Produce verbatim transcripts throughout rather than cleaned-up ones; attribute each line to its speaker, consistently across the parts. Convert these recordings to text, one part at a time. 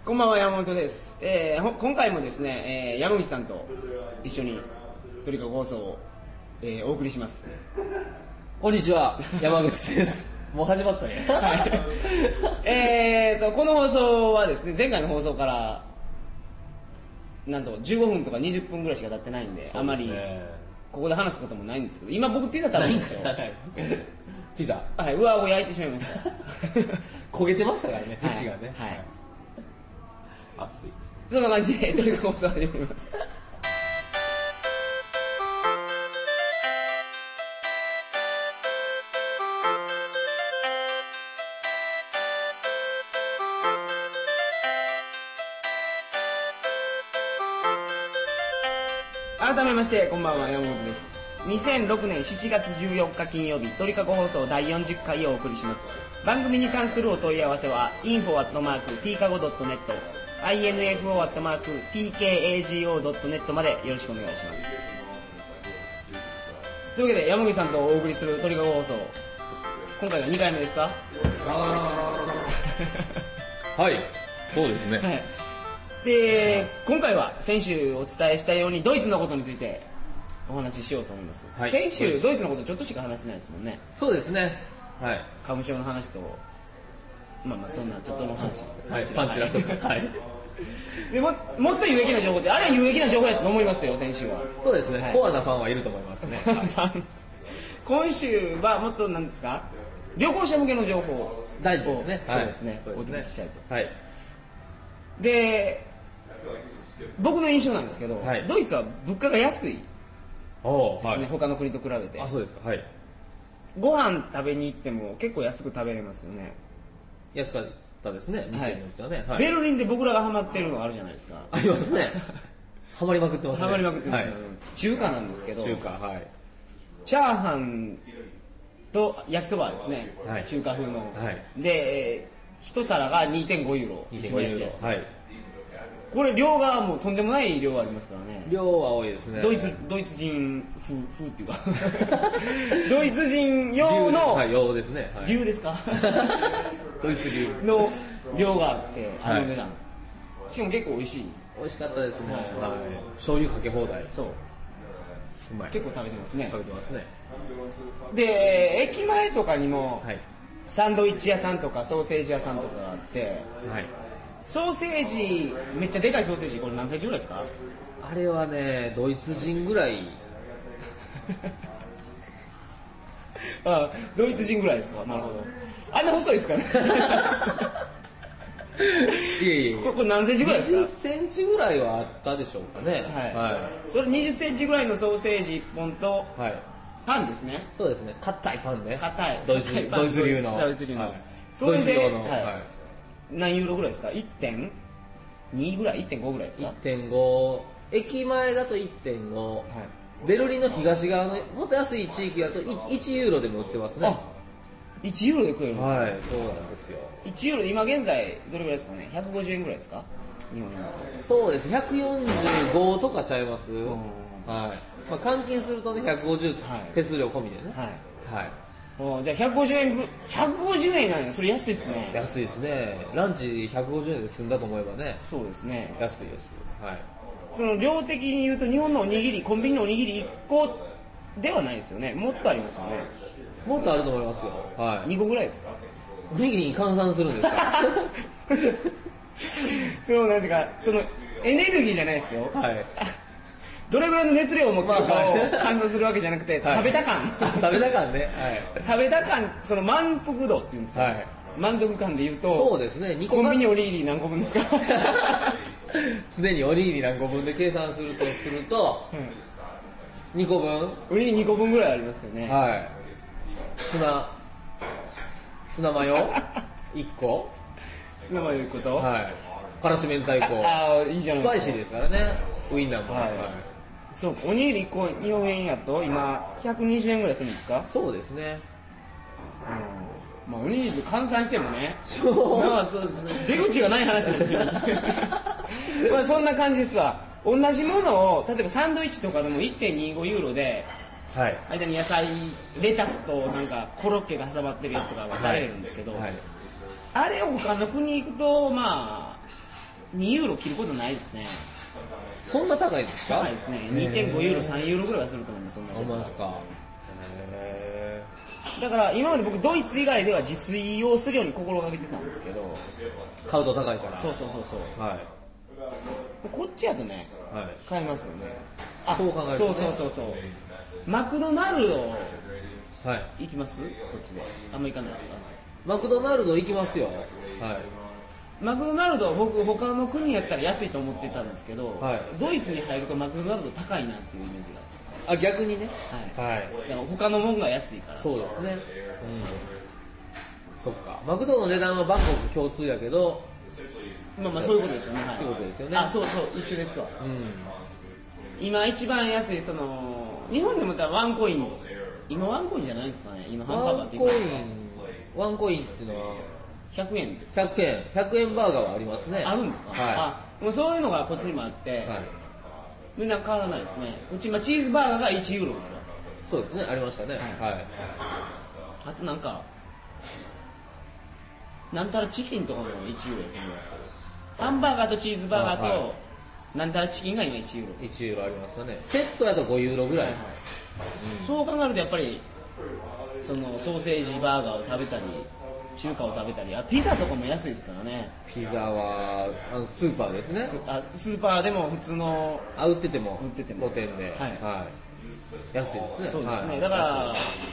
Speaker 1: こんばんは、山本です。えー、今回もですね、えー、山口さんと一緒にとにかく放送を、えー、お送りします。
Speaker 2: こんにちは、山口です。もう始まったね。はい、
Speaker 1: えーとこの放送はですね、前回の放送からなんとじゅうごふんとかにじゅっぷんぐらいしか経ってないん で, で、ね、あまりここで話すこともないんですけど、今僕ピザ食べるんですよ。
Speaker 2: ピザ、
Speaker 1: はい、上顎焼いてしまいました
Speaker 2: 焦げてましたからね、縁がね、
Speaker 1: はい、はい、
Speaker 2: 熱い。
Speaker 1: そんな感じでとにかく放送始めます。改めましてこんばんは、山本です。にせんろくねんしちがつじゅうよっか金曜日、鳥かご放送だいよんじゅっかいをお送りします。番組に関するお問い合わせは インフォ アットマーク ティーカゴ ドットネット インフォ アットマーク ティーケーエージーオー ドットネット までよろしくお願いします。というわけで山口さんとお送りする鳥かご放送、今回がにかいめですか？
Speaker 2: はい、そうですね。
Speaker 1: はい、で今回は先週お伝えしたようにドイツのことについてお話ししようと思います。はい、先週ドイツのことちょっとしか話してないですもんね。
Speaker 2: そうですね。はい。
Speaker 1: 花粉症の話と、まあまあそんなちょっとの話。
Speaker 2: はい。パンチラとか。はい。
Speaker 1: でももっと有益な情報ってあれ有益な情報やと思いますよ、先週は。
Speaker 2: そうですね。はい、コアなファンはいると思いますね。はい、
Speaker 1: 今週はもっとなんですか、旅行者向けの情報
Speaker 2: 大事ですね。
Speaker 1: そうですね。
Speaker 2: はい、
Speaker 1: お聞きしたいと。
Speaker 2: はい。
Speaker 1: で、僕の印象なんですけど、はい、ドイツは物価が安いですね、はい、他の国と比べて。
Speaker 2: あ、そうですか。はい。
Speaker 1: ご飯食べに行っても結構安く食べれますよね。
Speaker 2: 安かったですね、店によってはね。
Speaker 1: はい、ベルリンで僕らがハマってるのがあるじゃないですか。
Speaker 2: ありますね。ハマりまくってますね。
Speaker 1: ハマりまくってますね。はい、中華なんですけど、
Speaker 2: 中華、はい。
Speaker 1: チャーハンと焼きそばですね、はい、中華風の。はい、で、一皿が にてんごユーロ。
Speaker 2: にてんごユーロ。はい。
Speaker 1: これ量がもうとんでもない量ありますからね。
Speaker 2: 量は多いですね。
Speaker 1: ドイツドイツ人風風っていうかドイツ人用の、
Speaker 2: はい、用ですね。
Speaker 1: はい、流ですか
Speaker 2: ドイツ流
Speaker 1: の量があってあの値段、はい、しかも結構美味しい。
Speaker 2: 美味しかったですね。はい、醤油かけ放題。そう。
Speaker 1: うまい。結構食べてますね。
Speaker 2: 食べてますね。
Speaker 1: で、駅前とかにも、はい、サンドイッチ屋さんとかソーセージ屋さんとかがあって、はい、ソーセージめっちゃでかいソーセージ、これ何センチぐらいですか？
Speaker 2: あれはね、ドイツ人ぐらい
Speaker 1: あ、ドイツ人ぐらいですか？なるほど。あんな細いですかね
Speaker 2: いえいえ、
Speaker 1: これ、これ何センチぐらいですか？
Speaker 2: にじゅっセンチぐらいはあったでしょうかね。はい、
Speaker 1: はい、それにじゅっセンチぐらいのソーセージいっぽんと、はい、パンですね。
Speaker 2: そうですね、硬いパンね。
Speaker 1: 硬い
Speaker 2: ドイツ、ドイツ流の。
Speaker 1: ドイツ流の。
Speaker 2: はい、
Speaker 1: それで、
Speaker 2: ドイツ用の。
Speaker 1: はい、はい、何ユーロぐらいですか？ いってんに ぐらい ?いってんご ぐらいですか？
Speaker 2: いってんご、駅前だと いってんご、はい、ベルリンの東側のもっと安い地域だといちユーロでも売ってますね。
Speaker 1: いちユーロで食えるんですか？
Speaker 2: はい、そうなんですよ。
Speaker 1: いちユーロで今現在どれぐらいですかね？ひゃくごじゅうえんぐらいですか？日本円ですか？
Speaker 2: そうです、ひゃくよんじゅうごとかちゃいます。はい、まあ、換金するとねひゃくごじゅう、はい、手数料込みでね。はい、はい、
Speaker 1: じゃあひゃくごじゅうえん、ひゃくごじゅうえんなんや。それ安いですね。
Speaker 2: 安いですね。ランチひゃくごじゅうえんで済んだと思えばね。
Speaker 1: そうですね、
Speaker 2: 安いです。はい。
Speaker 1: その量的に言うと日本のおにぎり、コンビニのおにぎりいっこではないですよね。もっとありますよね。
Speaker 2: もっとあると思いますよ。はい。
Speaker 1: にこぐらいですか？
Speaker 2: おにぎりに換算するんですか？
Speaker 1: そうなんていうか、そのエネルギーじゃないですよ。はい。どれぐらいの熱量を持ってるかを換算するわけじゃなくて、はい、食べた感
Speaker 2: 食べた感ね、
Speaker 1: はい、食べた感、その満腹度っていうんですか、はい、満足感で言うと、
Speaker 2: そうですね、
Speaker 1: コンビニおにぎり何個分ですか？
Speaker 2: 常におにぎり何個分で計算するとすると、うん、にこぶん、
Speaker 1: おにぎりにこぶんぐらいありますよね。
Speaker 2: はい。ツナツナマヨいっこ、
Speaker 1: ツナマヨいっこと、
Speaker 2: はい、からし明太子、
Speaker 1: ああ、いいじゃないですか。
Speaker 2: スパイシーですからね、ウインナーも、はいはい、
Speaker 1: そう、おにぎりいっこ日本円やと今ひゃくにじゅうえんぐらいするんですか？
Speaker 2: そうですね。
Speaker 1: うん、まあおにぎりで換算してもね、そうまあそう出口がない話ですよまあそんな感じですわ。同じものを例えばサンドイッチとかでも いってんにご ユーロで、はい、間に野菜レタスとなんかコロッケが挟まってるやつとかは食べれるんですけど、はいはい、あれを他の国行くとまあにユーロ切ることないですね。
Speaker 2: そんな高いんですか？
Speaker 1: 高いですね。にてんごユーロ、さんユーロぐらいはすると思うんで、そんな
Speaker 2: ほんまですか。へ
Speaker 1: だから今まで僕ドイツ以外では自炊をするように心がけてたんですけど、
Speaker 2: 買うと高いから。
Speaker 1: そうそうそうそう、
Speaker 2: はい、
Speaker 1: こっちやとね、はい、買いますよね。
Speaker 2: あ、そう考えるとね。
Speaker 1: そうそうそうそう。マクドナルド
Speaker 2: はい、
Speaker 1: 行きます？こっちであんま行かないですか？
Speaker 2: マクドナルド行きますよ。はい。
Speaker 1: マクドナルドは僕他の国やったら安いと思ってたんですけど、はい、ドイツに入るとマクドナルド高いなっていうイメージが。
Speaker 2: あ、逆にね。
Speaker 1: はい。はい、だから他のもんが安いから。
Speaker 2: そうですね。うん。そっか。マクドの値段はバンコク共通やけど、
Speaker 1: まあまあそういうことですよね。はい。
Speaker 2: そういうことですよね。
Speaker 1: あ、そうそう一緒ですわ。うん。今一番安いその日本でもたらワンコイン、今ワンコインじゃないですかね。今ハンバーガーって
Speaker 2: ワンコイン、ワンコインっていうのは
Speaker 1: ひゃくえんです。
Speaker 2: ひゃくえん、ひゃくえんバーガーはありますね。
Speaker 1: あるんですか？はい。あ、もうそういうのがこっちにもあって。はい。みんな変わらないですね。うち今チーズバーガーがいちユーロですよ。
Speaker 2: そうですね、ありましたね。はい。はい、
Speaker 1: あとなんかなんたらチキンとかもいちユーロやと思いますけど、ハンバーガーとチーズバーガーと、はい、なんたらチキンが今いちユーロ。
Speaker 2: いちユーロありますよね。セットやとごユーロぐらい。はいはい、
Speaker 1: うん、そう考えるとやっぱりそのソーセージバーガーを食べたり。中華を食べたり、あピザとかも安いですからね。
Speaker 2: ピザはあのスーパーですね。
Speaker 1: スあスーパーでも普通の
Speaker 2: あ売ってても
Speaker 1: 売ってても
Speaker 2: ごてんで、はいはい、安いですね。
Speaker 1: そうですね、
Speaker 2: はい、
Speaker 1: だから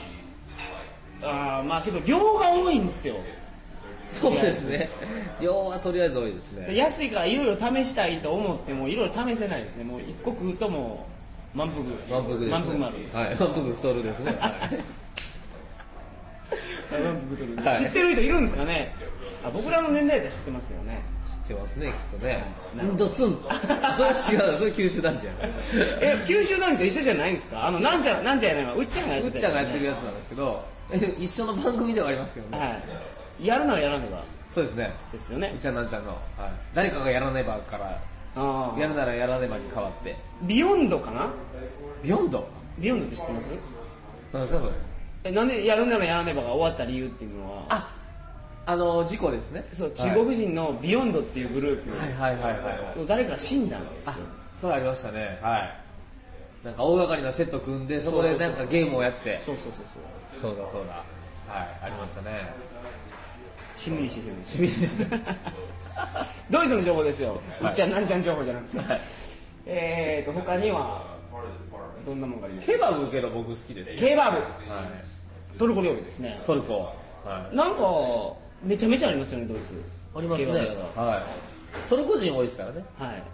Speaker 1: あまあけど量が多いんですよ。
Speaker 2: そうですね、量はとりあえず多いですね。
Speaker 1: 安いからいろいろ試したいと思ってもいろいろ試せないですね。もう一個食うとも満腹
Speaker 2: 満腹ですね。
Speaker 1: 満腹丸、
Speaker 2: はい、満腹太るですね。はい
Speaker 1: はい、知ってる人いるんですかね。あ僕らの年代で知ってますけどね。
Speaker 2: 知ってますねきっとね。うんとすんそれは違う、それ九州男児や
Speaker 1: え九州男児と一緒じゃないんですか？あのなんちゃらなんちゃらやないわうっちゃんがやって
Speaker 2: る、ね、うっちゃんがやってるやつなんですけど一緒の番組ではありますけどね、はい、やるならやらねばそうですね
Speaker 1: ですよね。
Speaker 2: うっちゃんなんちゃんの、はい、誰かがやらねばからあやるならやらねばに変わって
Speaker 1: ビヨンドかな。
Speaker 2: ビヨンド
Speaker 1: ビヨンドって知ってます？
Speaker 2: 何ですかそれ。
Speaker 1: えなんでやるならやらねばが終わった理由っていうのは
Speaker 2: ああの事故ですね。
Speaker 1: そう中国人のビヨンドっていうグループ、
Speaker 2: はいはいはいはい、
Speaker 1: 誰か死んだんですよ。
Speaker 2: それありましたね。はいなんか大掛かりなセット組んでそこでなんかゲームをやって
Speaker 1: そうそうそう
Speaker 2: そうそうだそうだはいありましたね。
Speaker 1: しんみりしてる
Speaker 2: しんみりしてる
Speaker 1: ドイツの情報ですよ、
Speaker 2: はい、
Speaker 1: うっちゃんなんちゃん情報じゃなくて、はい、えーと他にはどんなものがありますか？
Speaker 2: ケバブけど僕好きです、ね、
Speaker 1: ケバブ、
Speaker 2: はい、
Speaker 1: トルコ料理ですね。
Speaker 2: トルコ、はい、
Speaker 1: なんかめちゃめちゃありますよねドイツ。
Speaker 2: ありますね、はい、トルコ人多いですからね。
Speaker 1: はい、
Speaker 2: はい、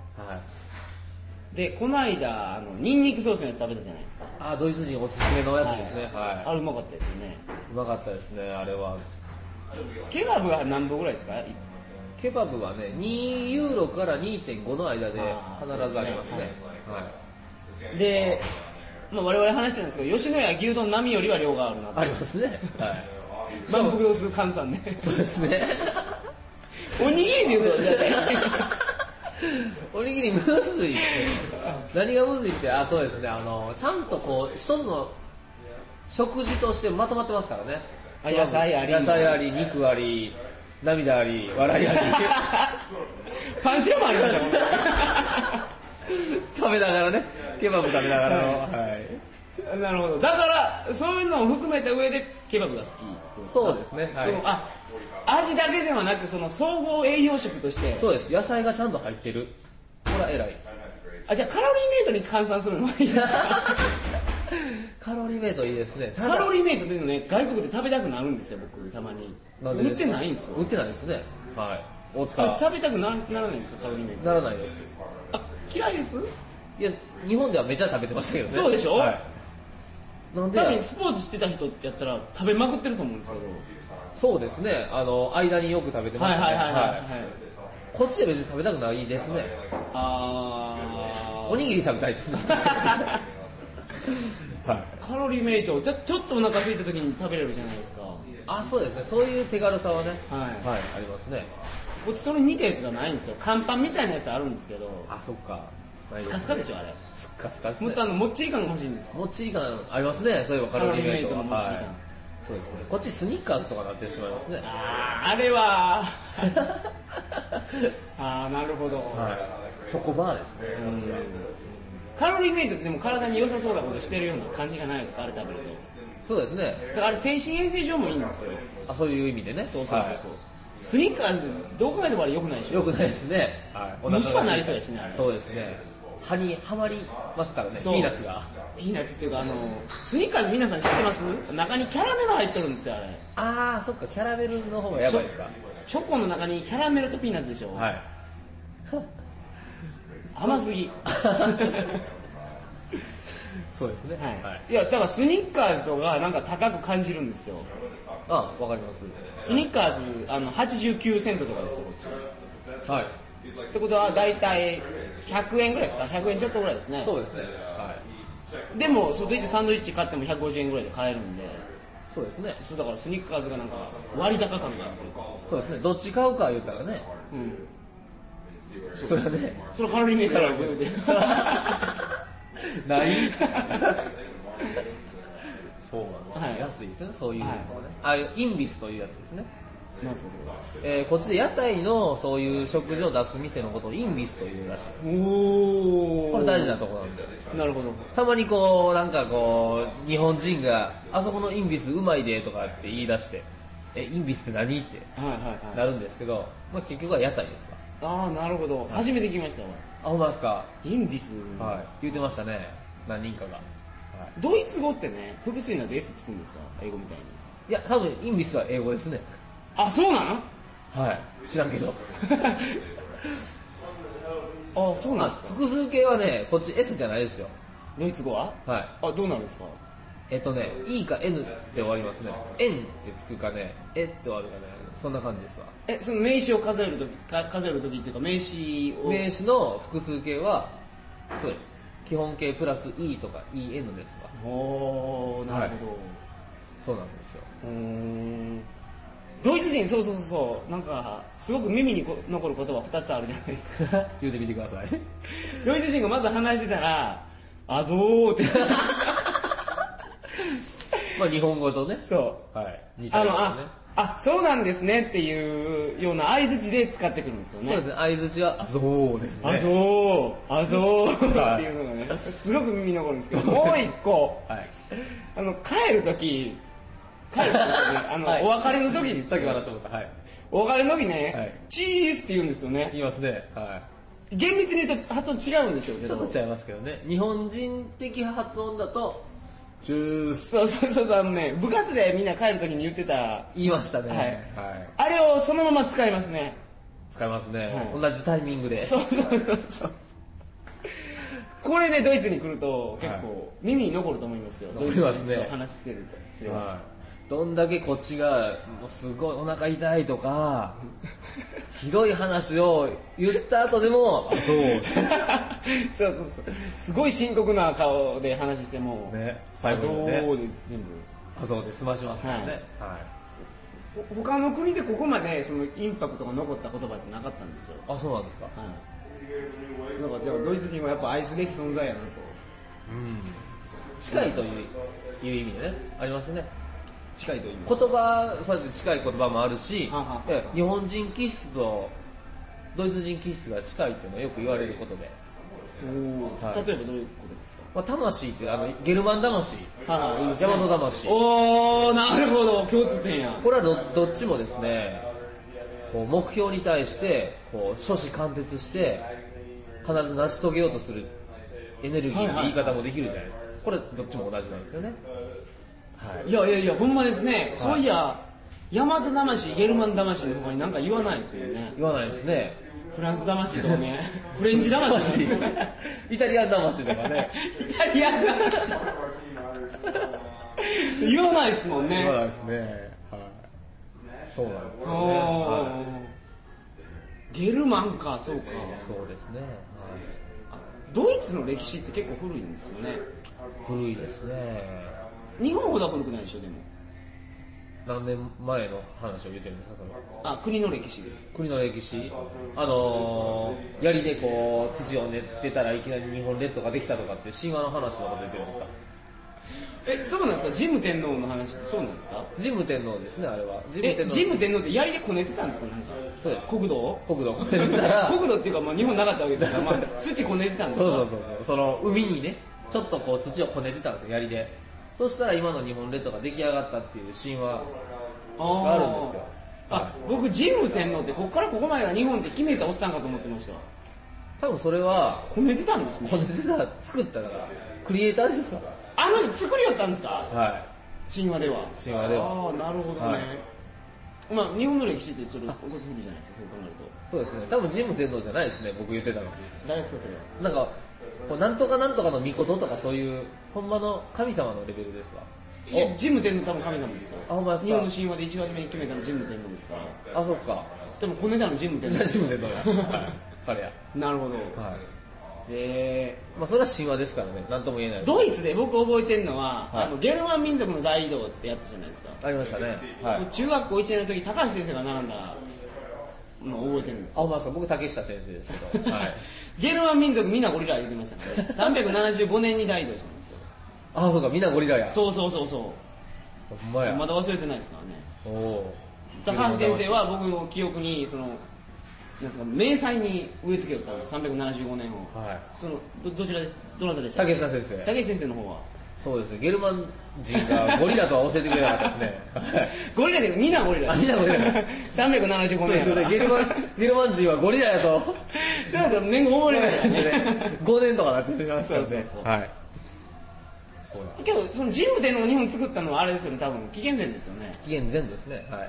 Speaker 1: でこの間あのニンニクソースのやつ食べたじゃないですか。
Speaker 2: あドイツ人おすすめのやつですね、はいはい、
Speaker 1: あれうまかったですよね。
Speaker 2: うまかったですねあれは。
Speaker 1: ケバブが何本ぐらいですか？
Speaker 2: ケバブはねにユーロから にてんご の間で必ずありますね。
Speaker 1: はい、で、まあ、我々話してるんですけど吉野家牛丼並みよりは量があるな
Speaker 2: ありますね。はい
Speaker 1: 満腹度数換算ね。
Speaker 2: そうですね
Speaker 1: おにぎりでいうと
Speaker 2: おにぎりむずいって何がむずいってあそうですねあのちゃんとこう一つの食事としてまとまってますからね。
Speaker 1: あ野菜あり
Speaker 2: 野菜あり肉あり涙あり笑いあり
Speaker 1: パンチラもありましたもん
Speaker 2: 食べながらねケバブ食べながらの、はい
Speaker 1: はい、なるほど。だからそういうのを含めた上でケバブが好き。
Speaker 2: そうですね、はい、
Speaker 1: そのあ味だけではなくその総合栄養食として
Speaker 2: そうです野菜がちゃんと入ってるこれは偉いです。
Speaker 1: あじゃあカロリーメイトに換算するのはいいですか
Speaker 2: カロリーメイトいいですね。
Speaker 1: カロリーメイトっていうのね外国で食べたくなるんですよ僕たまに。売ってないんですよ。
Speaker 2: 売ってないですね。はい大塚
Speaker 1: 食べたく な, ならないんですかカロリーメイト。
Speaker 2: ならないです。
Speaker 1: あ嫌いです。
Speaker 2: いや日本ではめちゃ食べてましたけどね。
Speaker 1: そうでしょ、はい、
Speaker 2: なんで
Speaker 1: 多分スポーツしてた人やったら食べまくってると思うんですけど。
Speaker 2: そうですねあの間によく食べてましたね。
Speaker 1: はいはいはいはい、はい、
Speaker 2: こっちで別に食べたくないですね。
Speaker 1: あ
Speaker 2: おにぎり食べたいですね
Speaker 1: はい、カロリーメイトちょ、ちょっとお腹空いた時に食べれるじゃないですか。
Speaker 2: あそうですねそういう手軽さはね、
Speaker 1: はい
Speaker 2: はい、ありますね。
Speaker 1: こっちそれ似たやつがないんですよ。乾パンみたいなやつあるんですけど
Speaker 2: あそっか
Speaker 1: スカスカでしょあれ。
Speaker 2: スカスカですね。
Speaker 1: もっとあのもっちり感が欲しいんです。
Speaker 2: もっちり感ありますね。そういえばカロリーメイトは
Speaker 1: カロリーメイトのもっちり感、はい、
Speaker 2: そうですねこっちスニッカーズとかなってしまいますね。
Speaker 1: あああれはああなるほど、は
Speaker 2: い、チョコバーですね、うん、
Speaker 1: カロリーメイトってでも体に良さそうなことしてるような感じがないですか、あれ食べると。
Speaker 2: そうですね、
Speaker 1: だからあれ精神衛生上もいいんですよ。
Speaker 2: あ、そういう意味でね。
Speaker 1: そうそうそうそう、はい、スニッカーズどう考えてもあれ良くないでしょ。
Speaker 2: 良くないですね、はい、
Speaker 1: 虫歯になりそうやしね。
Speaker 2: そうですね、歯にはまりますからね、ピーナッツが。
Speaker 1: ピーナッツっていうか、あのスニッカーズ皆さん知ってます？中にキャラメル入ってるんですよ、あれ。
Speaker 2: ああ、そっか、キャラメルの方がやばいですか。
Speaker 1: チョコの中にキャラメルとピーナッツでしょ。はい。甘すぎ。
Speaker 2: そうですね。
Speaker 1: はい。はい、いや、だからスニッカーズとかなんか高く感じるんですよ。
Speaker 2: あ、わかります。
Speaker 1: スニッカーズあのはちじゅうきゅうセントとかですよ、こっち。はい。ってことはだいたいひゃくえんぐらいですか、ひゃくえんちょっとぐらいですね。
Speaker 2: そうですね。はい。
Speaker 1: でも外行ってサンドイッチ買ってもひゃくごじゅうえんぐらいで買えるんで。
Speaker 2: そうですね。
Speaker 1: そうだからスニッカーズがなんか割高感があるというか。
Speaker 2: そうですね。どっち買うか言うたらね。うん。それはね。
Speaker 1: それカロリーメーカーの部で。
Speaker 2: ない。そうなんです、はい、安いですよね、そういうのはね、はい、あ、インビスというやつですね。
Speaker 1: なんですかそれは。
Speaker 2: えー、こっちで屋台のそういう食事を出す店のことをインビスというらしいです。
Speaker 1: おー、
Speaker 2: これ大事なところなんですよ。
Speaker 1: なるほど。
Speaker 2: たまにこうなんかこう日本人があそこのインビスうまいでとかって言い出して、え、インビスって何ってなるんですけど、まあ、結局は屋台ですわ。
Speaker 1: ああ、なるほど、はい、初めて聞きましたわ。
Speaker 2: あ、ほんまですか。
Speaker 1: インビス、
Speaker 2: はい、言ってましたね、何人かが。
Speaker 1: はい、ドイツ語ってね、複数になって S つくんですか、英語みたいに。
Speaker 2: いや、多分インビスは英語ですね。
Speaker 1: あ、そうなの？
Speaker 2: はい、知らんけど。
Speaker 1: あ、そうなんですか。
Speaker 2: 複数形はね、こっち S じゃないですよ。
Speaker 1: ドイツ語は？はい。あ、どうなんですか。
Speaker 2: えっとね、E か N で終わりますね。N ってつくかね、えって終わるかね、そんな感じですわ。
Speaker 1: え、その名詞を数えるとき、数えるときっていうか名詞を。
Speaker 2: 名詞の複数形は、そうです。基本形プラス E とか イーエヌ ですわ。
Speaker 1: おー、なるほど、はい。
Speaker 2: そうなんですよ。
Speaker 1: うーん。ドイツ人、そうそうそう、なんか、すごく耳に残る言葉ふたつあるじゃないですか。
Speaker 2: 言うてみてください。
Speaker 1: ドイツ人がまず話してたら、あぞーって。
Speaker 2: まあ日本語とね。
Speaker 1: そう。
Speaker 2: はい。
Speaker 1: 似たようなね。あ、あ、そうなんですねっていうような相槌で使ってくるんですよね。
Speaker 2: そうですね。相槌は、あぞーですね。
Speaker 1: あぞー、あぞーっていうのがね、すごく耳に残るんですけど、もう一個、はい、あの、帰るとき、帰るとき、あの、はい、お別れの時に、
Speaker 2: さっき笑ったこと、はい。
Speaker 1: お別れの時ね、はい、チーズって言うんですよね。
Speaker 2: 言いますね。はい。
Speaker 1: 厳密に言うと発音違うんでしょうけど。
Speaker 2: ちょっと違いますけどね。日本人的発音だと、チュース。
Speaker 1: そうそうそうそう、あのね、部活でみんな帰る時に言ってた。
Speaker 2: 言いましたね。
Speaker 1: はい。はい、あれをそのまま使いますね。
Speaker 2: 使いますね。はい、同じタイミングで。
Speaker 1: そうそうそうそう。これね、ドイツに来ると結構耳に残ると思いますよ。
Speaker 2: 残りますね。
Speaker 1: ドイツと話してるすれば。はい、
Speaker 2: どんだけこっちがもうすごいお腹痛いとかひどい話を言った後でもあ、そう
Speaker 1: そうそうそう、すごい深刻な顔で話しても
Speaker 2: ね、最後にね、
Speaker 1: あ、そうで全部
Speaker 2: あ、そうで済ましますからね。はい、はい、
Speaker 1: 他の国でここまでそのインパクトが残った言葉ってなかったんですよ。
Speaker 2: あ、そうなんですか。はい、
Speaker 1: なんかでもドイツ人はやっぱ愛すべき存在やなと。
Speaker 2: うん、近いといういう意味でね、ありますね。
Speaker 1: 近いと言います。
Speaker 2: 言葉、そうやって近い言葉もあるし、ははは日本人気質とドイツ人気質が近いっていうのはよく言われることで。
Speaker 1: お、はい、例えばどういうことですか。
Speaker 2: まあ、魂っていうあのゲルマン魂、はは、ね、大和魂。
Speaker 1: おー、なるほど、共通点や。
Speaker 2: これは ど, どっちもですね、こう目標に対してこう初志貫徹して必ず成し遂げようとするエネルギーって言い方もできるじゃないですか。これどっちも同じなんですよね。
Speaker 1: はい、いやいやいや、ほんまですね。はい、そういや、大和魂、ゲルマン魂の他に何か言わないですよね。
Speaker 2: 言わないですね。
Speaker 1: フランス魂とかね、フレンチ魂、
Speaker 2: イタリアン魂とかね。
Speaker 1: イタリアン魂言わないですもんね。
Speaker 2: 言わないですね。はい。そうなんですよね。はい、
Speaker 1: ゲルマンか、そうか。
Speaker 2: そうですね。はい、
Speaker 1: ドイツの歴史って結構古いんですよね。
Speaker 2: 古いですね。
Speaker 1: 日本ほどは古くないでしょ。でも
Speaker 2: 何年前の話を言ってるんですか、それは。
Speaker 1: あ、国の歴史です。
Speaker 2: 国の歴史、あのー、槍でこう土を練ってたらいきなり日本列島ができたとかって神話の話のこと言ってるんですか。
Speaker 1: え、そうなんですか？神武天皇の話ってそうなんですか？
Speaker 2: 神武天皇ですね、あれは。神武
Speaker 1: え、
Speaker 2: 天皇。
Speaker 1: 神武天皇って槍でこねてたんですか？なんか
Speaker 2: そうです。
Speaker 1: 国土を
Speaker 2: 国土をこねてたら
Speaker 1: 国土っていうか、まあ、日本なかったわけですから、まあ、土こねてたんですか？
Speaker 2: そうそうそうそう、その海にねちょっとこう土をこねてたんですよ、槍で。そしたら今の日本列島が出来上がったっていう神話があるんですよ。
Speaker 1: あ、僕神武天皇ってここからここまでが日本って決めたおっさんかと思ってました。
Speaker 2: 多分それは
Speaker 1: こねてたんですね。
Speaker 2: こねてた作っただからクリエイターですよ。
Speaker 1: あの作りよったんですか？
Speaker 2: は
Speaker 1: 神話では。
Speaker 2: 神話では。
Speaker 1: ああ、なるほどね、はい、まあ日本の歴史ってそれおこすふりじゃないですか、そう考えると。
Speaker 2: そうですね、多分神武天皇じゃないですね、僕言ってたの。
Speaker 1: 誰ですかそれは？
Speaker 2: なんかこうなんとかなんとかの御事とかそういうほんまの神様のレベルですわ。
Speaker 1: いや、神武天皇多分神様ですよ。
Speaker 2: あ、ほんまですか？
Speaker 1: 日本の神話で一番目に決めたの神武天皇ですから。
Speaker 2: あ、そっか。
Speaker 1: でもこねたの神武天皇。
Speaker 2: 神武天皇や、はい、彼や。
Speaker 1: なるほど。はい。えー、
Speaker 2: まあそれは神話ですからね、なんとも言えないです。
Speaker 1: ドイツで僕覚えてるのは、
Speaker 2: はい、
Speaker 1: あのゲルマン民族の大移動ってやったじゃないですか。
Speaker 2: ありましたね。はい。
Speaker 1: 中学校いちねんの時、高橋先生が並んだのを覚えてるんですよ。
Speaker 2: あ、まあそう、僕竹下先生ですけど。はい。
Speaker 1: ゲルマン民族みんなゴリラ言ってましたね。さんびゃくななじゅうごねんに大移動したんですよ。
Speaker 2: あ、そうか、みんなゴリラや。
Speaker 1: そうそうそうそう。
Speaker 2: ほんまや。
Speaker 1: まだ忘れてないですからね。
Speaker 2: おお。
Speaker 1: 高橋先生は僕の記憶にそのなんですか明細に植え付けよったんです。さんびゃくななじゅうごねんを。はい。その ど, どちらです？どなたでしたっけ？
Speaker 2: 竹下先生。
Speaker 1: 竹下先生の方は。
Speaker 2: そうですね。ゲルマン人がゴリラとは教えてくれなかったですね。
Speaker 1: ゴリラでみんなゴリラ。
Speaker 2: みんなゴリラ。
Speaker 1: さんびゃくななじゅうごねん。
Speaker 2: そうですよね。ゲルマンゲルマン人はゴリラやと。
Speaker 1: そうだと年後覚えましたね。
Speaker 2: ごねんとかなってましたよね。
Speaker 1: そうそうそう。
Speaker 2: はい。
Speaker 1: そうだ。けどその神武天皇が日本作ったのはあれですよね。多分紀元前ですよね。
Speaker 2: 紀元前ですね。はい。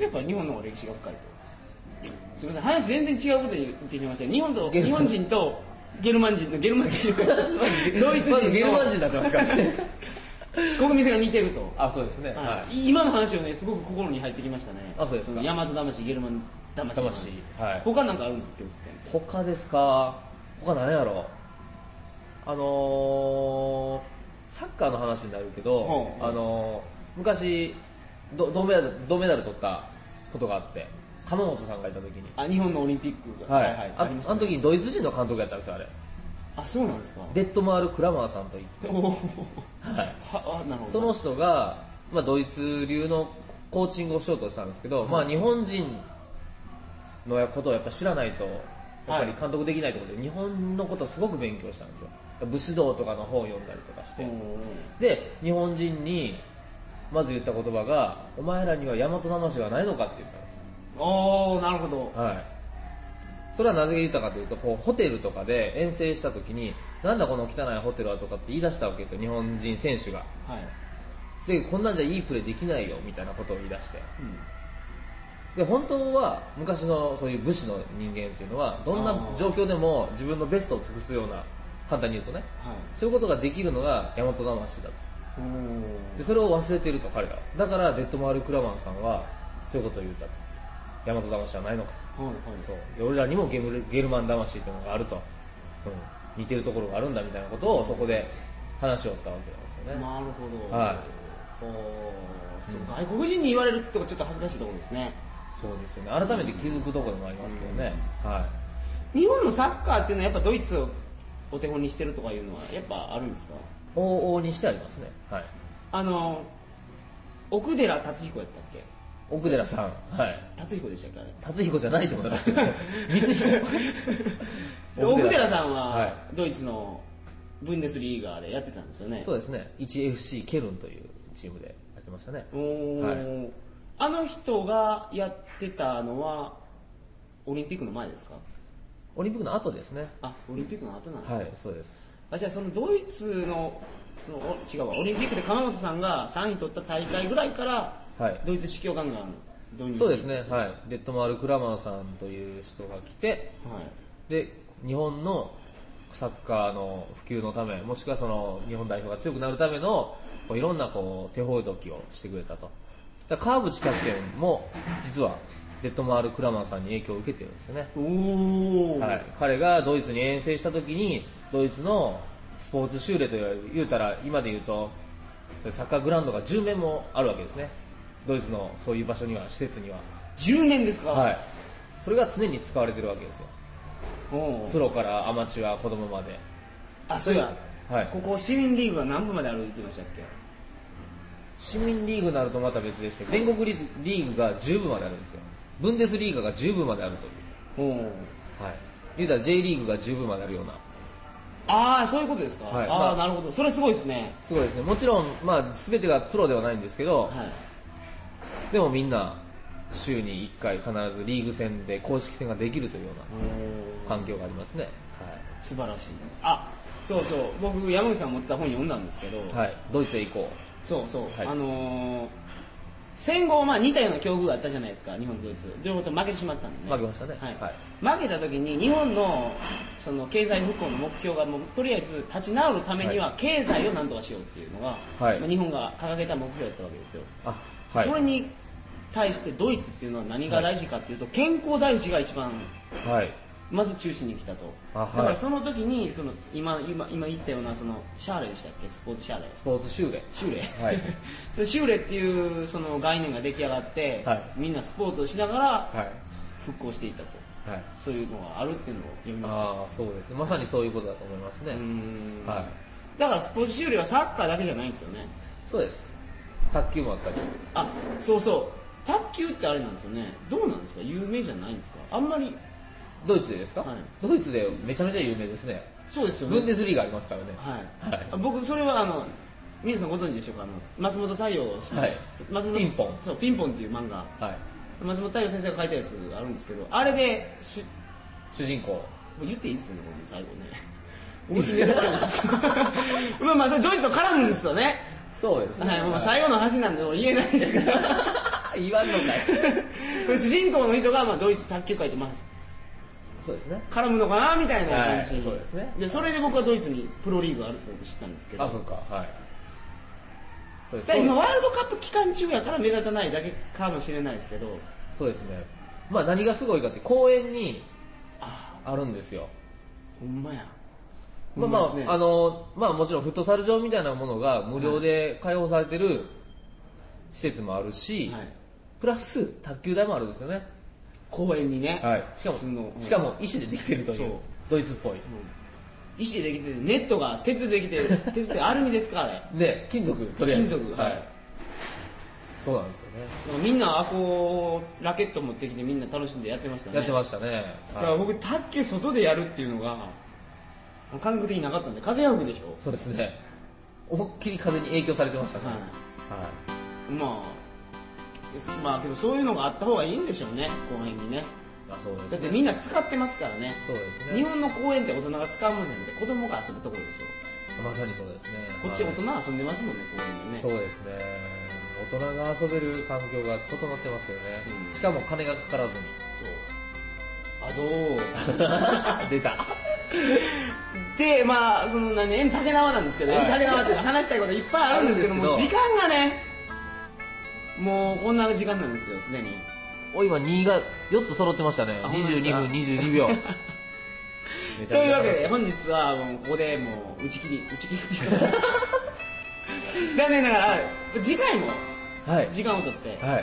Speaker 1: やっぱ日本の方が歴史が深いと。すみません、話全然違うこと言ってきました。日本と日本人とゲルマン人のゲルマン人ドイツ人の
Speaker 2: ゲルマン人になってますからね。
Speaker 1: ここ店が似てると。
Speaker 2: あ、そうですね。
Speaker 1: はい、今の話をねすごく心に入ってきましたね。
Speaker 2: あ、そうですか。
Speaker 1: 大和魂、ゲルマン魂。魂。はい。他なんかあるんですか、共通点。
Speaker 2: 他ですか。他何やろう。あのー、サッカーの話になるけど、あのー、昔ど銅メダル銅メダル取ったことがあって。鎌本さんがいた時に、
Speaker 1: あ、日本のオリンピック
Speaker 2: が、はいはいはい、あ, あ, ね、あの時にドイツ人の監督やったんですよ、あれ。
Speaker 1: あ、そうなんですか。
Speaker 2: デッドマール・クラマーさんといって、はい、
Speaker 1: はあ、なるほど。
Speaker 2: その人が、まあ、ドイツ流のコーチングをしようとしたんですけど、はい、まあ、日本人のことをやっぱ知らないとやっぱり監督できないということで、はい、日本のことをすごく勉強したんですよ。武士道とかの本を読んだりとかして、で日本人にまず言った言葉が、お前らには大和魂はないのかって言ったんです。
Speaker 1: おー、なるほど。
Speaker 2: はい。それはなぜ言ったかというと、こうホテルとかで遠征した時に、なんだこの汚いホテルはとかって言い出したわけですよ、日本人選手が。はい。で、こんなんじゃいいプレーできないよみたいなことを言い出して。うん、で、本当は昔のそういう武士の人間っていうのは、どんな状況でも自分のベストを尽くすような、簡単に言うとね、はい、そういうことができるのが大和魂だと。で、それを忘れていると、彼らは。だからデッドマール・クラマンさんはそういうことを言ったと。大和魂はないのかと、はいはい、そう俺らにもゲル、ゲルマン魂というのがあると、うん、似てるところがあるんだみたいなことをそこで話し合ったわけなんですよね。
Speaker 1: なるほど、
Speaker 2: はい、
Speaker 1: お、そう、外国人に言われるってちょっと恥ずかしいところですね。
Speaker 2: そうですよね。改めて気づくところでもありますけどね、うんはい、
Speaker 1: 日本のサッカーっていうのはやっぱドイツをお手本にしてるとかいうのはやっぱあるんですか？
Speaker 2: 往々にしてありますね、はい、
Speaker 1: あの奥寺達彦やったっけ？
Speaker 2: 奥寺さん、はい。
Speaker 1: 達彦でしたっけあれ？
Speaker 2: 達彦じゃないと思いますけど、光彦。
Speaker 1: 奥寺さんはドイツのブンデスリーガーでやってたんですよね。
Speaker 2: そうですね。いちエフシー ケルンというチームでやってましたね。
Speaker 1: おー、はい、あの人がやってたのはオリンピックの前ですか？
Speaker 2: オリンピックの後ですね。
Speaker 1: あ、オリンピックの後なんですか？
Speaker 2: はい、そうです。
Speaker 1: あ、じゃあそのドイツのその違うわ、オリンピックで鎌本さんがさんい取った大会ぐらいからはい、ドイツ指揮官が導入して、
Speaker 2: そうですね、はい、デッドマール・クラマーさんという人が来て、はい、で日本のサッカーの普及のため、もしくはその日本代表が強くなるためのこういろんなこう手ほどきをしてくれたと。だから川淵キャプテンも実はデッドマール・クラマーさんに影響を受けてるんですよね。お、はい、彼がドイツに遠征した時にドイツのスポーツ修練と言うたら今で言うとサッカーグラウンドがじゅうめんもあるわけですね。ドイツのそういう場所には、施設には
Speaker 1: じゅうめんですか？
Speaker 2: はい。それが常に使われてるわけですよ。プロからアマチュア、子供まで。
Speaker 1: あ、そうや、
Speaker 2: はい、
Speaker 1: ここ市民リーグは何部まであるって言ってましたっけ？
Speaker 2: 市民リーグになるとまた別ですけど、全国リーグがじゅう部まであるんですよ。ブンデスリーガがじゅう部まであるという。はい。言うたら J リーグがじゅう部まであるような。
Speaker 1: ああ、そういうことですか。はい、ああ、まあ、なるほど。それすごいですね。
Speaker 2: すごいですね。もちろん、まあ、全てがプロではないんですけど、はい、でもみんな、週にいっかい必ずリーグ戦で公式戦ができるというような環境がありますね。はい、
Speaker 1: 素晴らしい。あ、そうそう。僕、山口さん持ってた本読んだんですけど、
Speaker 2: はい、ドイツへ行こう。
Speaker 1: そうそう。はい、あのー、戦後、まあ、似たような境遇があったじゃないですか、日本とドイツ。両方とも負けてしまったんでね。
Speaker 2: 負けましたね。
Speaker 1: はいはい、負けた時に、日本のその経済復興の目標がもう、とりあえず立ち直るためには、経済をなんとかしようっていうのが、はい、まあ、日本が掲げた目標だったわけですよ。あ、はい、それに対してドイツっていうのは何が大事かっていうと、はい、健康第一が一番、はい、まず中心に来たと。だからその時にその 今, 今, 今言ったようなそのシャーレでしたっけ、スポーツシャーレ、
Speaker 2: スポーツシューレ
Speaker 1: シューレ、はい、そのシューレっていうその概念が出来上がって、はい、みんなスポーツをしながら復興していったと、はい、そういうのがあるっていうのを読みました。
Speaker 2: ああ、そうですね、まさにそういうことだと思いますね。うーん、
Speaker 1: はい、だからスポーツシューレはサッカーだけじゃないんですよね。
Speaker 2: そうです。卓球もあったり。
Speaker 1: あ、そうそう、卓球ってあれなんですよね。どうなんですか、有名じゃないんですか。あんまり
Speaker 2: ドイツでですか、はい、ドイツでめちゃめちゃ有名ですね。
Speaker 1: そうですよね。
Speaker 2: ブンデスリーガありますからね。
Speaker 1: はい。はい、僕、それはあの、皆さんご存知でしょうか、あの松本太陽、はい、松本
Speaker 2: ピンポン。
Speaker 1: そう、ピンポンっていう漫画。はい、松本太陽先生が書いたやつあるんですけど、あれで、
Speaker 2: 主人公。
Speaker 1: 言っていいですよね、僕、最後ね。僕、決めたからなんですまあまあ、それドイツと絡むんですよね。
Speaker 2: そうですね。
Speaker 1: はい、まあ最後の話なんで言えないですけど。
Speaker 2: 言わんのかい。
Speaker 1: 主人公の人が、まあ、ドイツ卓球界とます。
Speaker 2: そうですね、
Speaker 1: 絡むのかなみたいな感じ、
Speaker 2: はい、そうですね。
Speaker 1: でそれで僕はドイツにプロリーグがあるって知ったんですけど、
Speaker 2: あ、そうか、はい。
Speaker 1: そうです。今ワールドカップ期間中やから目立たないだけかもしれないですけど、
Speaker 2: そうですね。まあ何がすごいかって公園にあるんですよ。
Speaker 1: ほんまや。
Speaker 2: まあまあ、ね、あのまあもちろんフットサル場みたいなものが無料で開放されてる施設もあるし、はい、プラス卓球台もあるんですよね。
Speaker 1: 公園にね、
Speaker 2: はい、しかも、しかも石でできてるという、ドイツっぽい、うん、
Speaker 1: 石でできてる、ネットが鉄でできてる、鉄ってアルミですか、あれ
Speaker 2: で金属、とりあえず
Speaker 1: 金属、はい、
Speaker 2: そうなんですよね。
Speaker 1: みんなあこうラケット持ってきてみんな楽しんでやってましたね。
Speaker 2: やってましたね、はい、
Speaker 1: だから僕卓球外でやるっていうのが感覚的になかったんで、風が吹くでしょ。
Speaker 2: そうですね、思いっきり風に影響されてましたね、はい
Speaker 1: はい、まあまあけどそういうのがあった方がいいんでしょうね、公園にね。
Speaker 2: あ、そうですね。
Speaker 1: だってみんな使ってますからね。
Speaker 2: そうですね。
Speaker 1: 日本の公園って大人が使うものなんで子供が遊ぶところでし
Speaker 2: ょ。まさにそうですね。
Speaker 1: こっち大人遊んでますもんね、公園でね。
Speaker 2: そうですね。大人が遊べる環境が整ってますよね。うん、しかも金がかからずに。
Speaker 1: そう。あ、そう。
Speaker 2: 出た。
Speaker 1: で、まあその何、円竹縄なんですけど、円竹縄って話したいこといっぱいあるんですけども、時間がね。もうこんな時間なんですよ、すでに。
Speaker 2: お、今にがよっつ揃ってましたね。にじゅうにふんにじゅうにびょう。
Speaker 1: というわけで本日はもうここでもう打ち切り打ち切りっていうか残念ながら次回も時間を取って、
Speaker 2: はい、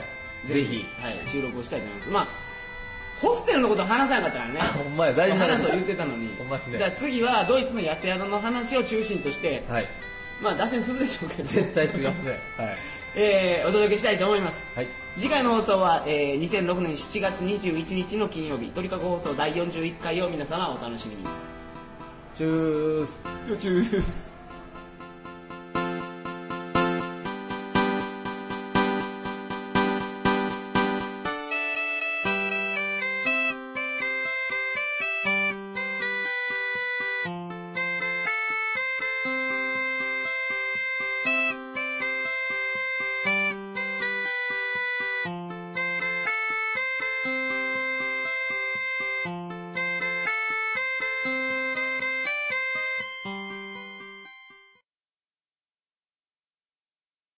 Speaker 2: ぜひ、
Speaker 1: はい、収録をしたいと思います。まあホステルのことを話さなかったからね。
Speaker 2: ほんまや、大事な
Speaker 1: 話を言ってたのに。
Speaker 2: ほんまですね。
Speaker 1: だから次はドイツの安宿の話を中心として、はい、まあ脱線するでしょうけど、
Speaker 2: 絶対すみますね。はい。
Speaker 1: えー、お届けしたいと思います、
Speaker 2: はい、
Speaker 1: 次回の放送は、えー、にせんろくねんしちがつにじゅういちにちの金曜日、鳥かご放送だいよんじゅういっかいを皆様お楽しみに。
Speaker 2: チュース
Speaker 1: チュース